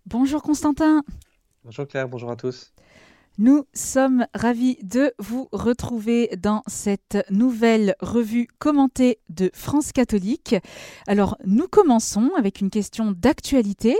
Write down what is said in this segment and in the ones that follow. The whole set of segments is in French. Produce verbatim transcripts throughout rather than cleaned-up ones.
Bonjour Constantin, Bonjour Claire, bonjour à tous. nous sommes ravis de vous retrouver dans cette nouvelle revue commentée de France Catholique. Alors nous commençons avec une question d'actualité,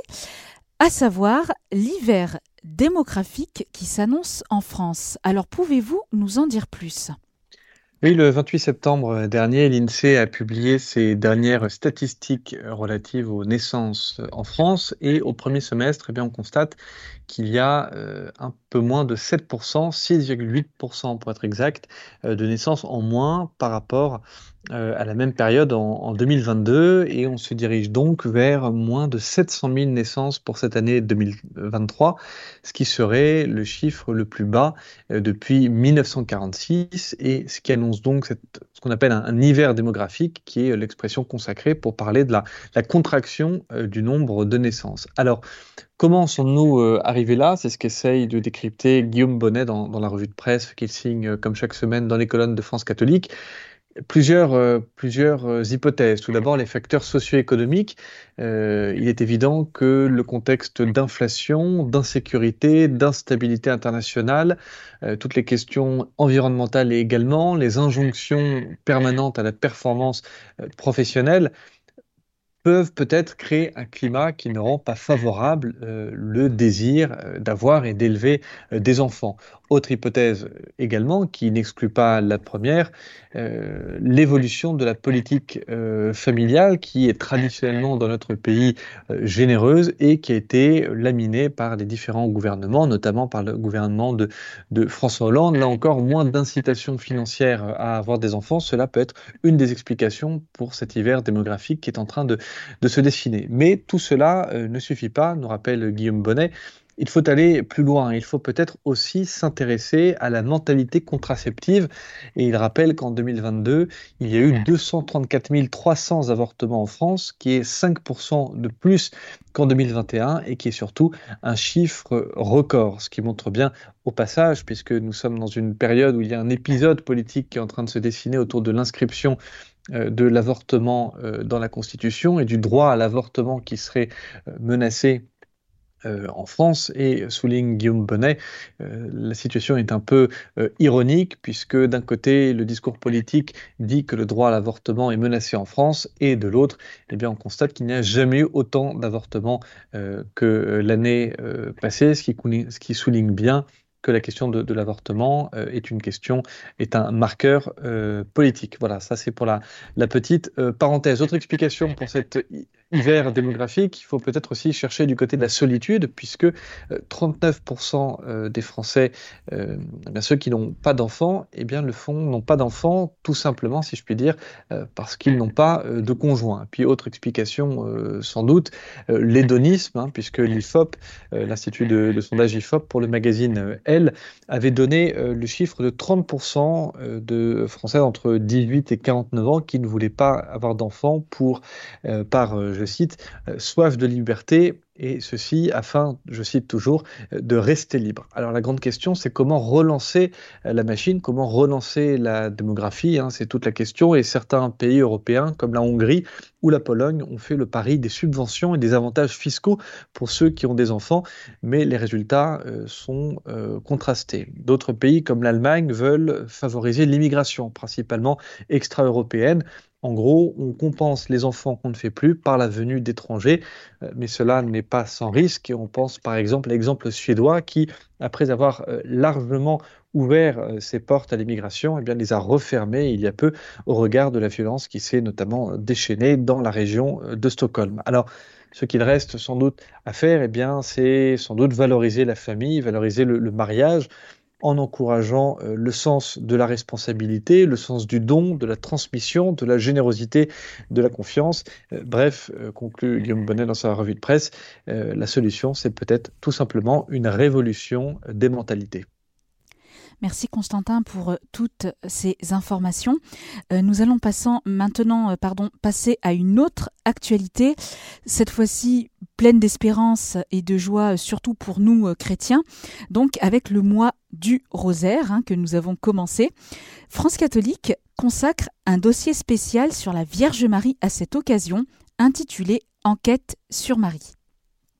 à savoir l'hiver démographique qui s'annonce en France. Alors pouvez-vous nous en dire plus? Oui, le vingt-huit septembre dernier, l'INSEE a publié ses dernières statistiques relatives aux naissances en France et au premier semestre, eh bien, on constate qu'il y a euh, un peu moins de sept pour cent, six virgule huit pour cent pour être exact, euh, de naissances en moins par rapport euh, à la même période en, en deux mille vingt-deux et on se dirige donc vers moins de sept cent mille naissances pour cette année deux mille vingt-trois, ce qui serait le chiffre le plus bas euh, depuis mille neuf cent quarante-six et ce qui annonce donc cette, ce qu'on appelle un, un hiver démographique qui est l'expression consacrée pour parler de la, la contraction euh, du nombre de naissances. Alors, comment sommes-nous euh, arrivés là? C'est ce qu'essaye de décrypter Guillaume Bonnet dans, dans la revue de presse qu'il signe euh, comme chaque semaine dans les colonnes de France Catholique. Plusieurs, euh, plusieurs euh, hypothèses. Tout d'abord, les facteurs socio-économiques. Euh, il est évident que le contexte d'inflation, d'insécurité, d'instabilité internationale, euh, toutes les questions environnementales et également les injonctions permanentes à la performance euh, professionnelle peuvent peut-être créer un climat qui ne rend pas favorable euh, le désir euh, d'avoir et d'élever euh, des enfants. Autre hypothèse euh, également, qui n'exclut pas la première, euh, l'évolution de la politique euh, familiale qui est traditionnellement dans notre pays euh, généreuse et qui a été laminée par les différents gouvernements, notamment par le gouvernement de, de François Hollande. Là encore, moins d'incitation financière à avoir des enfants, cela peut être une des explications pour cet hiver démographique qui est en train de de se dessiner. Mais tout cela euh, ne suffit pas, nous rappelle Guillaume Bonnet. Il faut aller plus loin. Il faut peut-être aussi s'intéresser à la mentalité contraceptive. Et il rappelle qu'en deux mille vingt-deux, il y a eu deux cent trente-quatre mille trois cents avortements en France, qui est cinq pour cent de plus qu'en deux mille vingt et un et qui est surtout un chiffre record, ce qui montre bien au passage, puisque nous sommes dans une période où il y a un épisode politique qui est en train de se dessiner autour de l'inscription euh, de l'avortement euh, dans la Constitution et du droit à l'avortement qui serait euh, menacé euh, en France. Et souligne Guillaume Bonnet, euh, la situation est un peu euh, ironique puisque d'un côté, le discours politique dit que le droit à l'avortement est menacé en France et de l'autre, eh bien, on constate qu'il n'y a jamais eu autant d'avortements euh, que l'année euh, passée, ce qui, ce qui souligne bien que la question de, de l'avortement euh, est une question, est un marqueur euh, politique. Voilà, ça c'est pour la, la petite euh, parenthèse. Autre explication pour cet hiver démographique, il faut peut-être aussi chercher du côté de la solitude, puisque euh, trente-neuf pour cent euh, des Français, euh, eh bien, ceux qui n'ont pas d'enfants, eh bien, le font, n'ont pas d'enfants, tout simplement, si je puis dire, euh, parce qu'ils n'ont pas euh, de conjoint. Puis autre explication, euh, sans doute, euh, l'hédonisme, hein, puisque l'I F O P, euh, l'Institut de, de sondage I F O P, pour le magazine euh, Elle, avait donné euh, le chiffre de trente pour cent euh, de Français entre dix-huit et quarante-neuf ans qui ne voulaient pas avoir d'enfants pour, euh, par, euh, je cite, euh, soif de liberté, et ceci afin, je cite toujours, euh, de rester libre. Alors la grande question, c'est comment relancer euh, la machine, comment relancer la démographie, hein, c'est toute la question, et certains pays européens, comme la Hongrie ou la Pologne, ont fait le pari des subventions et des avantages fiscaux pour ceux qui ont des enfants, mais les résultats euh, sont euh, contrastés. D'autres pays, comme l'Allemagne, veulent favoriser l'immigration, principalement extra-européenne. En gros, on compense les enfants qu'on ne fait plus par la venue d'étrangers, euh, mais cela n'est pas sans risque. Et on pense par exemple à l'exemple suédois qui, après avoir euh, largement ouvert euh, ses portes à l'immigration, eh bien, les a refermées il y a peu au regard de la violence qui s'est notamment euh, déchaînée dans la région euh, de Stockholm. Alors, ce qu'il reste sans doute à faire, eh bien, c'est sans doute valoriser la famille, valoriser le, le mariage, en encourageant euh, le sens de la responsabilité, le sens du don, de la transmission, de la générosité, de la confiance. Euh, bref, euh, conclut Guillaume Bonnet dans sa revue de presse, euh, la solution, c'est peut-être tout simplement une révolution des mentalités. Merci Constantin pour euh, toutes ces informations. Euh, nous allons passant, maintenant euh, pardon, passer à une autre actualité, cette fois-ci pleine d'espérance et de joie, euh, surtout pour nous euh, chrétiens, donc avec le mois du rosaire hein, que nous avons commencé. France Catholique consacre un dossier spécial sur la Vierge Marie à cette occasion, intitulé Enquête sur Marie.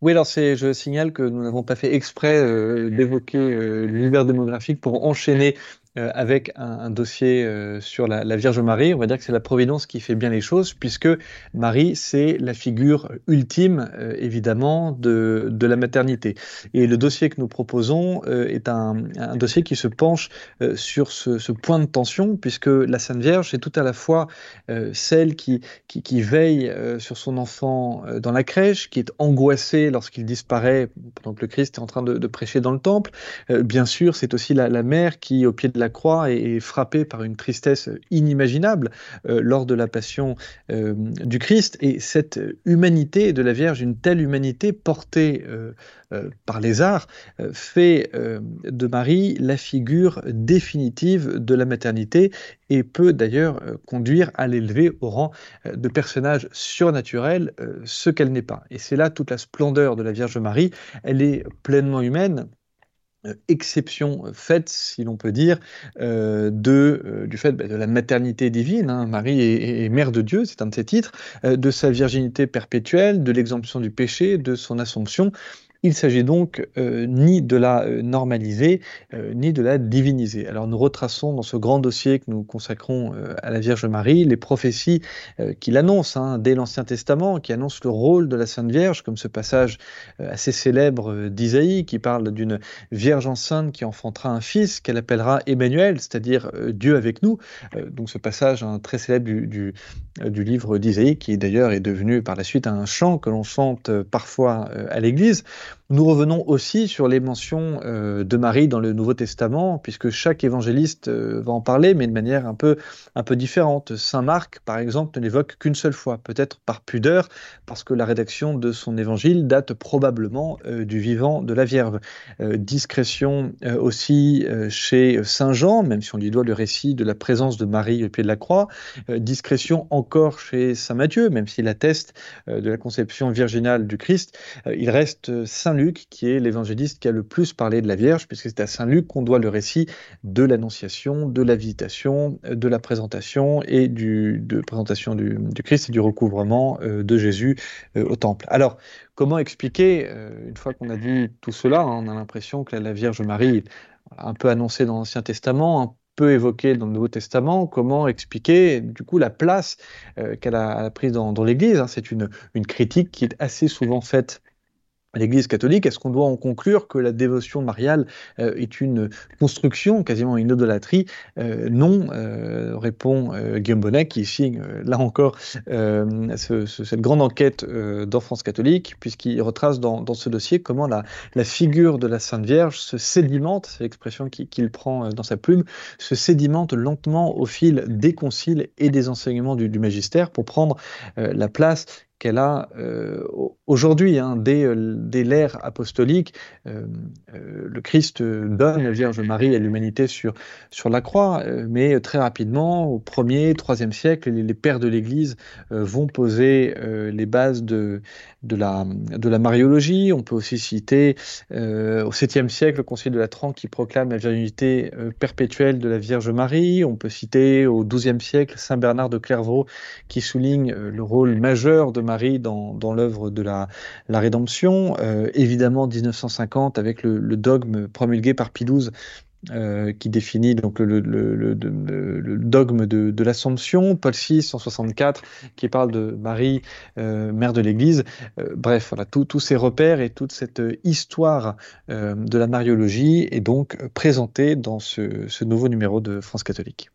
Oui, alors c'est, je signale que nous n'avons pas fait exprès euh, d'évoquer euh, l'univers démographique pour enchaîner euh, avec un, un dossier euh, sur la, la Vierge Marie. On va dire que c'est la Providence qui fait bien les choses, puisque Marie, c'est la figure ultime, euh, évidemment, de, de la maternité. Et le dossier que nous proposons euh, est un, un dossier qui se penche euh, sur ce, ce point de tension, puisque la Sainte Vierge, c'est tout à la fois euh, celle qui, qui, qui veille euh, sur son enfant euh, dans la crèche, qui est angoissée lorsqu'il disparaît pendant que le Christ est en train de, de prêcher dans le temple. Euh, bien sûr, c'est aussi la, la mère qui, au pied de la croix, est, est frappée par une tristesse inimaginable euh, lors de la passion euh, du Christ. Et cette humanité de la Vierge, une telle humanité portée euh, euh, par les arts, euh, fait euh, de Marie la figure définitive de la maternité et peut d'ailleurs euh, conduire à l'élever au rang euh, de personnage surnaturel, euh, ce qu'elle n'est pas. Et c'est là toute la splendeur de la Vierge Marie. Elle est pleinement humaine. Euh, exception faite, si l'on peut dire, euh, de, euh, du fait bah, de la maternité divine. Hein. Marie est, est mère de Dieu, c'est un de ses titres, euh, de sa virginité perpétuelle, de l'exemption du péché, de son assomption. Il s'agit donc euh, ni de la euh, normaliser, euh, ni de la diviniser. Alors nous retraçons dans ce grand dossier que nous consacrons euh, à la Vierge Marie les prophéties euh, qui l'annoncent hein, dès l'Ancien Testament, qui annoncent le rôle de la Sainte Vierge, comme ce passage euh, assez célèbre euh, d'Isaïe qui parle d'une Vierge enceinte qui enfantera un fils qu'elle appellera Emmanuel, c'est-à-dire euh, Dieu avec nous. Euh, donc ce passage hein, très célèbre du, du, euh, du livre d'Isaïe, qui d'ailleurs est devenu par la suite un chant que l'on chante euh, parfois euh, à l'Église. Nous revenons aussi sur les mentions euh, de Marie dans le Nouveau Testament, puisque chaque évangéliste euh, va en parler, mais de manière un peu, un peu différente. Saint Marc, par exemple, ne l'évoque qu'une seule fois, peut-être par pudeur, parce que la rédaction de son évangile date probablement euh, du vivant de la Vierge. Euh, discrétion euh, aussi euh, chez Saint Jean, même si on lui doit le récit de la présence de Marie au pied de la croix. Euh, discrétion encore chez Saint Matthieu, même s'il atteste euh, de la conception virginale du Christ. Euh, il reste Saint Luc, qui est l'évangéliste qui a le plus parlé de la Vierge, puisque c'est à Saint Luc qu'on doit le récit de l'Annonciation, de la visitation, de la présentation et du, de présentation du, du Christ et du recouvrement euh, de Jésus euh, au temple. Alors, comment expliquer, euh, une fois qu'on a dit tout cela, hein, on a l'impression que la, la Vierge Marie, un peu annoncée dans l'Ancien Testament, un peu évoquée dans le Nouveau Testament, comment expliquer du coup la place euh, qu'elle a, a prise dans, dans l'Église hein. C'est une, une critique qui est assez souvent faite à l'Église catholique. Est-ce qu'on doit en conclure que la dévotion mariale euh, est une construction, quasiment une idolâtrie? euh, Non, euh, répond euh, Guillaume Bonnet, qui signe euh, là encore euh, ce, ce, cette grande enquête euh, d'Enfance catholique, puisqu'il retrace dans, dans ce dossier comment la, la figure de la Sainte Vierge se sédimente, c'est l'expression qu'il qu'il prend euh, dans sa plume, se sédimente lentement au fil des conciles et des enseignements du, du magistère pour prendre euh, la place qu'elle a euh, aujourd'hui, hein, dès, euh, dès l'ère apostolique. Euh, euh, le Christ donne la Vierge Marie à l'humanité sur, sur la croix, euh, mais très rapidement, au premier, troisième siècle, les, les pères de l'Église euh, vont poser euh, les bases de, de, la, de la mariologie. On peut aussi citer euh, au septième siècle le Concile de Latran qui proclame la virginité euh, perpétuelle de la Vierge Marie. On peut citer au douzième siècle Saint Bernard de Clairvaux qui souligne euh, le rôle majeur de Marie dans, dans l'œuvre de la, la rédemption. Euh, évidemment, mille neuf cent cinquante, avec le, le dogme promulgué par Pie douze, euh, qui définit donc le, le, le, le, le dogme de, de l'Assomption. Paul six, en soixante-quatre, qui parle de Marie, euh, mère de l'Église. Euh, bref, voilà, tous ces repères et toute cette histoire euh, de la mariologie est donc présentée dans ce, ce nouveau numéro de France catholique.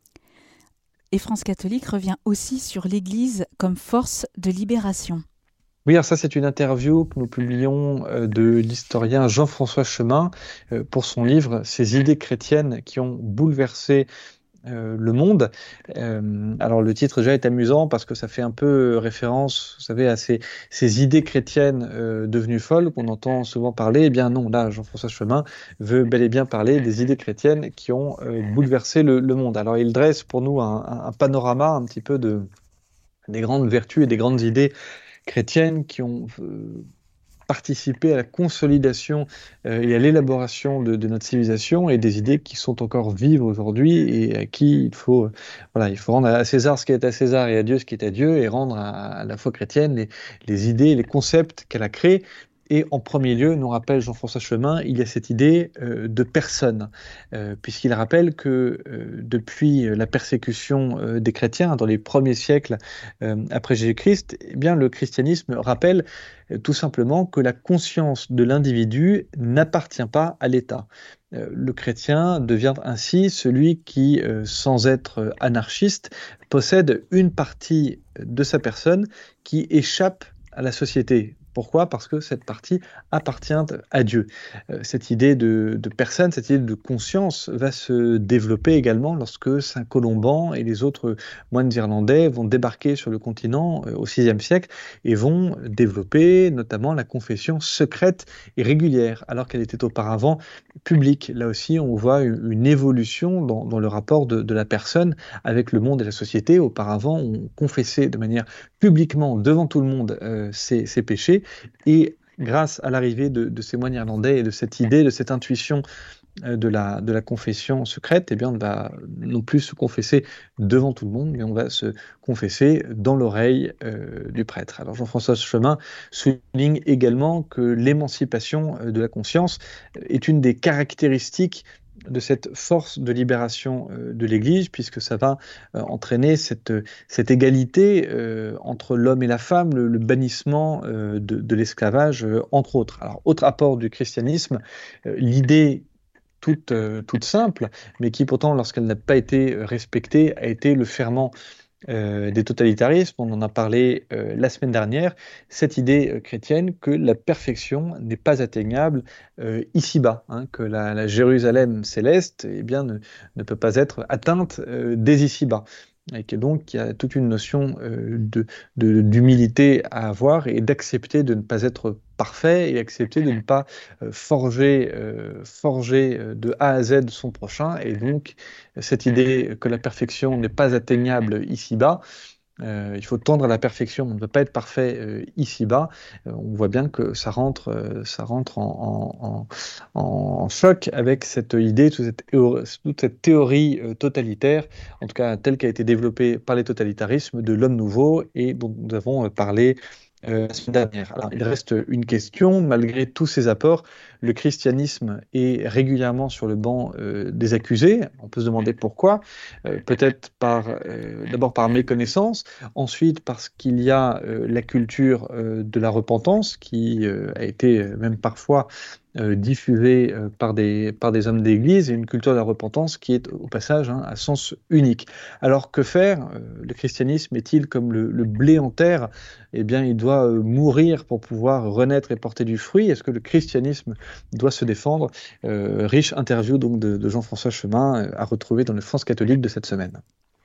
Et France catholique revient aussi sur l'Église comme force de libération. Oui, alors ça c'est une interview que nous publions euh, de l'historien Jean-François Chemin euh, pour son livre « Ces idées chrétiennes qui ont bouleversé euh, le monde ». Euh, alors le titre déjà est amusant parce que ça fait un peu référence, vous savez, à ces, ces idées chrétiennes euh, devenues folles qu'on entend souvent parler. Eh bien non, là Jean-François Chemin veut bel et bien parler des idées chrétiennes qui ont euh, bouleversé le, le monde. Alors il dresse pour nous un, un, un panorama un petit peu de, des grandes vertus et des grandes idées chrétiennes qui ont euh, participé à la consolidation euh, et à l'élaboration de, de notre civilisation et des idées qui sont encore vives aujourd'hui et à qui il faut, euh, voilà, il faut rendre à César ce qui est à César et à Dieu ce qui est à Dieu et rendre à, à la foi chrétienne les, les idées, les concepts qu'elle a créés Et en premier lieu, nous rappelle Jean-François Chemin, il y a cette idée euh, de personne, euh, puisqu'il rappelle que euh, depuis la persécution euh, des chrétiens dans les premiers siècles euh, après Jésus-Christ, eh bien, le christianisme rappelle euh, tout simplement que la conscience de l'individu n'appartient pas à l'État. Euh, le chrétien devient ainsi celui qui, euh, sans être anarchiste, possède une partie de sa personne qui échappe à la société. Pourquoi? Parce que cette partie appartient à Dieu. Euh, cette idée de, de personne, cette idée de conscience va se développer également lorsque Saint Colomban et les autres moines irlandais vont débarquer sur le continent euh, au sixième siècle et vont développer notamment la confession secrète et régulière, alors qu'elle était auparavant publique. Là aussi, on voit une, une évolution dans, dans le rapport de, de la personne avec le monde et la société. Auparavant, on confessait de manière publiquement devant tout le monde euh, ses, ses péchés. Et grâce à l'arrivée de, de ces moines irlandais et de cette idée, de cette intuition euh, de, la, de la confession secrète, eh bien, on ne va non plus se confesser devant tout le monde, mais on va se confesser dans l'oreille euh, du prêtre. Alors Jean-François Chemin souligne également que l'émancipation de la conscience est une des caractéristiques de cette force de libération euh, de l'Église, puisque ça va euh, entraîner cette, cette égalité euh, entre l'homme et la femme, le, le bannissement euh, de, de l'esclavage, euh, entre autres. Alors, autre apport du christianisme, euh, l'idée toute, euh, toute simple, mais qui pourtant, lorsqu'elle n'a pas été respectée, a été le ferment Euh, des totalitarismes, on en a parlé euh, la semaine dernière, cette idée euh, chrétienne que la perfection n'est pas atteignable euh, ici-bas, hein, que la, la Jérusalem céleste eh bien, ne, ne peut pas être atteinte euh, dès ici-bas. Et que donc il y a toute une notion euh, de, de, d'humilité à avoir et d'accepter de ne pas être parfait et accepter de ne pas euh, forger, euh, forger euh, de A à Z son prochain. Et donc cette idée que la perfection n'est pas atteignable ici-bas, euh, il faut tendre à la perfection, on ne peut pas être parfait euh, ici-bas. Euh, on voit bien que ça rentre, euh, ça rentre en, en, en, en choc avec cette idée, toute cette, toute cette théorie euh, totalitaire, en tout cas telle qu'a été développée par les totalitarismes, de l'homme nouveau et dont nous avons euh, parlé euh, la semaine dernière. Alors, il reste une question, malgré tous ces apports, le christianisme est régulièrement sur le banc euh, des accusés. On peut se demander pourquoi. Euh, peut-être par, euh, d'abord par méconnaissance, ensuite parce qu'il y a euh, la culture euh, de la repentance qui euh, a été euh, même parfois euh, diffusée euh, par des, par des hommes d'église, et une culture de la repentance qui est au passage hein, à sens unique. Alors que faire? Euh, Le christianisme est-il comme le, le blé en terre? Eh bien, il doit euh, mourir pour pouvoir renaître et porter du fruit. Est-ce que le christianisme doit se défendre? euh, Riche interview donc de, de Jean-François Chemin euh, à retrouver dans le France catholique de cette semaine.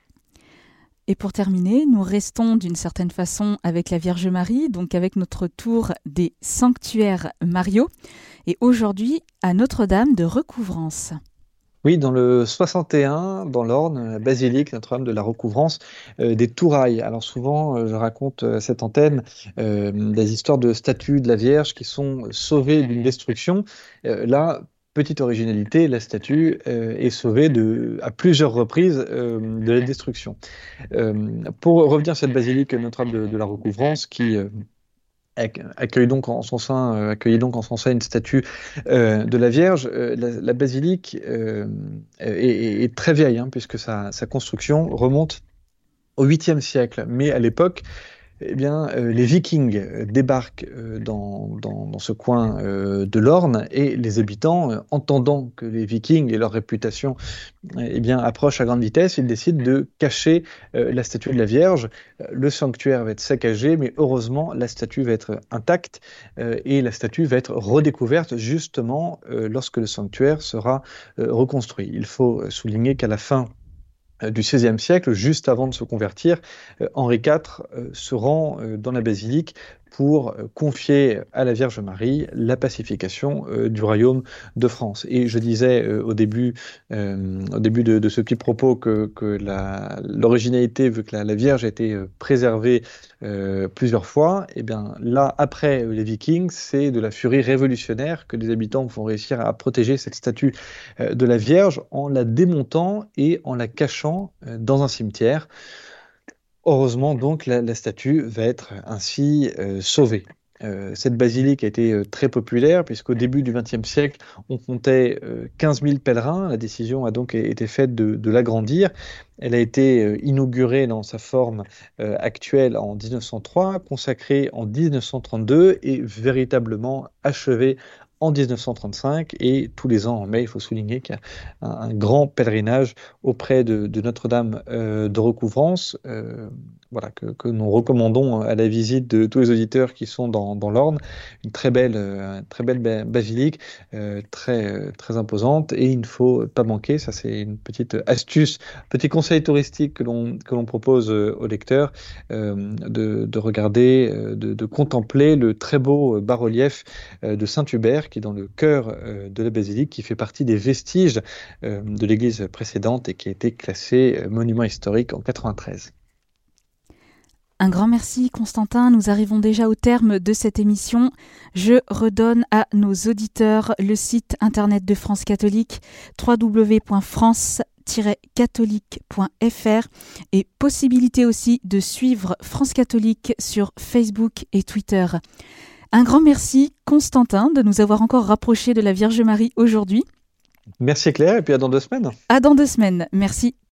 Et pour terminer, nous restons d'une certaine façon avec la Vierge Marie, donc avec notre tour des sanctuaires mariaux, et aujourd'hui à Notre-Dame de Recouvrance. Oui, dans le soixante et un, dans l'Orne, la basilique Notre-Dame de la Recouvrance euh, des Tourailles. Alors souvent, euh, je raconte à cette antenne euh, des histoires de statues de la Vierge qui sont sauvées d'une destruction. Euh, là, petite originalité, la statue euh, est sauvée de, à plusieurs reprises euh, de la destruction. Euh, pour revenir à cette basilique Notre-Dame de, de la Recouvrance qui... Euh, accueille donc en son sein, euh, accueillait donc en son sein une statue euh, de la Vierge. Euh, la, la basilique euh, est, est très vieille, hein, puisque sa, sa construction remonte au huitième siècle. Mais à l'époque, eh bien, euh, les Vikings euh, débarquent euh, dans, dans, dans ce coin euh, de l'Orne, et les habitants, euh, entendant que les Vikings et leur réputation euh, eh bien, approchent à grande vitesse, ils décident de cacher euh, la statue de la Vierge. Euh, le sanctuaire va être saccagé, mais heureusement, la statue va être intacte euh, et la statue va être redécouverte justement euh, lorsque le sanctuaire sera euh, reconstruit. Il faut souligner qu'à la fin du seizième siècle, juste avant de se convertir, euh, Henri quatre euh, se rend euh, dans la basilique pour euh, confier à la Vierge Marie la pacification euh, du royaume de France. Et je disais euh, au début, euh, au début de, de ce petit propos que, que la, l'originalité veut que la, la Vierge a été euh, préservée euh, plusieurs fois. Et bien là, après les Vikings, c'est de la furie révolutionnaire que les habitants vont réussir à protéger cette statue euh, de la Vierge en la démontant et en la cachant euh, dans un cimetière. Heureusement donc, la, la statue va être ainsi euh, sauvée. Euh, cette basilique a été euh, très populaire puisqu'au début du vingtième siècle, on comptait euh, quinze mille pèlerins. La décision a donc été faite de, de l'agrandir. Elle a été euh, inaugurée dans sa forme euh, actuelle en mille neuf cent trois, consacrée en mille neuf cent trente-deux et véritablement achevée en mille neuf cent trente-cinq. Et tous les ans en mai, il faut souligner qu'il y a un, un grand pèlerinage auprès de, de Notre-Dame euh, de Recouvrance. Euh, voilà, que, que nous recommandons à la visite de tous les auditeurs qui sont dans, dans l'Orne. Une très belle, euh, très belle basilique, euh, très, euh, très imposante, et il ne faut pas manquer, ça c'est une petite astuce, petit conseil touristique que l'on, que l'on propose euh, aux lecteurs, euh, de, de regarder, euh, de, de contempler le très beau bas-relief euh, de Saint-Hubert, qui est dans le cœur euh, de la basilique, qui fait partie des vestiges euh, de l'église précédente et qui a été classé euh, monument historique en quatre-vingt-treize. Un grand merci Constantin, nous arrivons déjà au terme de cette émission. Je redonne à nos auditeurs le site internet de France Catholique, w w w point france tiret catholique point f r, et possibilité aussi de suivre France Catholique sur Facebook et Twitter. Un grand merci Constantin de nous avoir encore rapprochés de la Vierge Marie aujourd'hui. Merci Claire, et puis à dans deux semaines. À dans deux semaines, merci.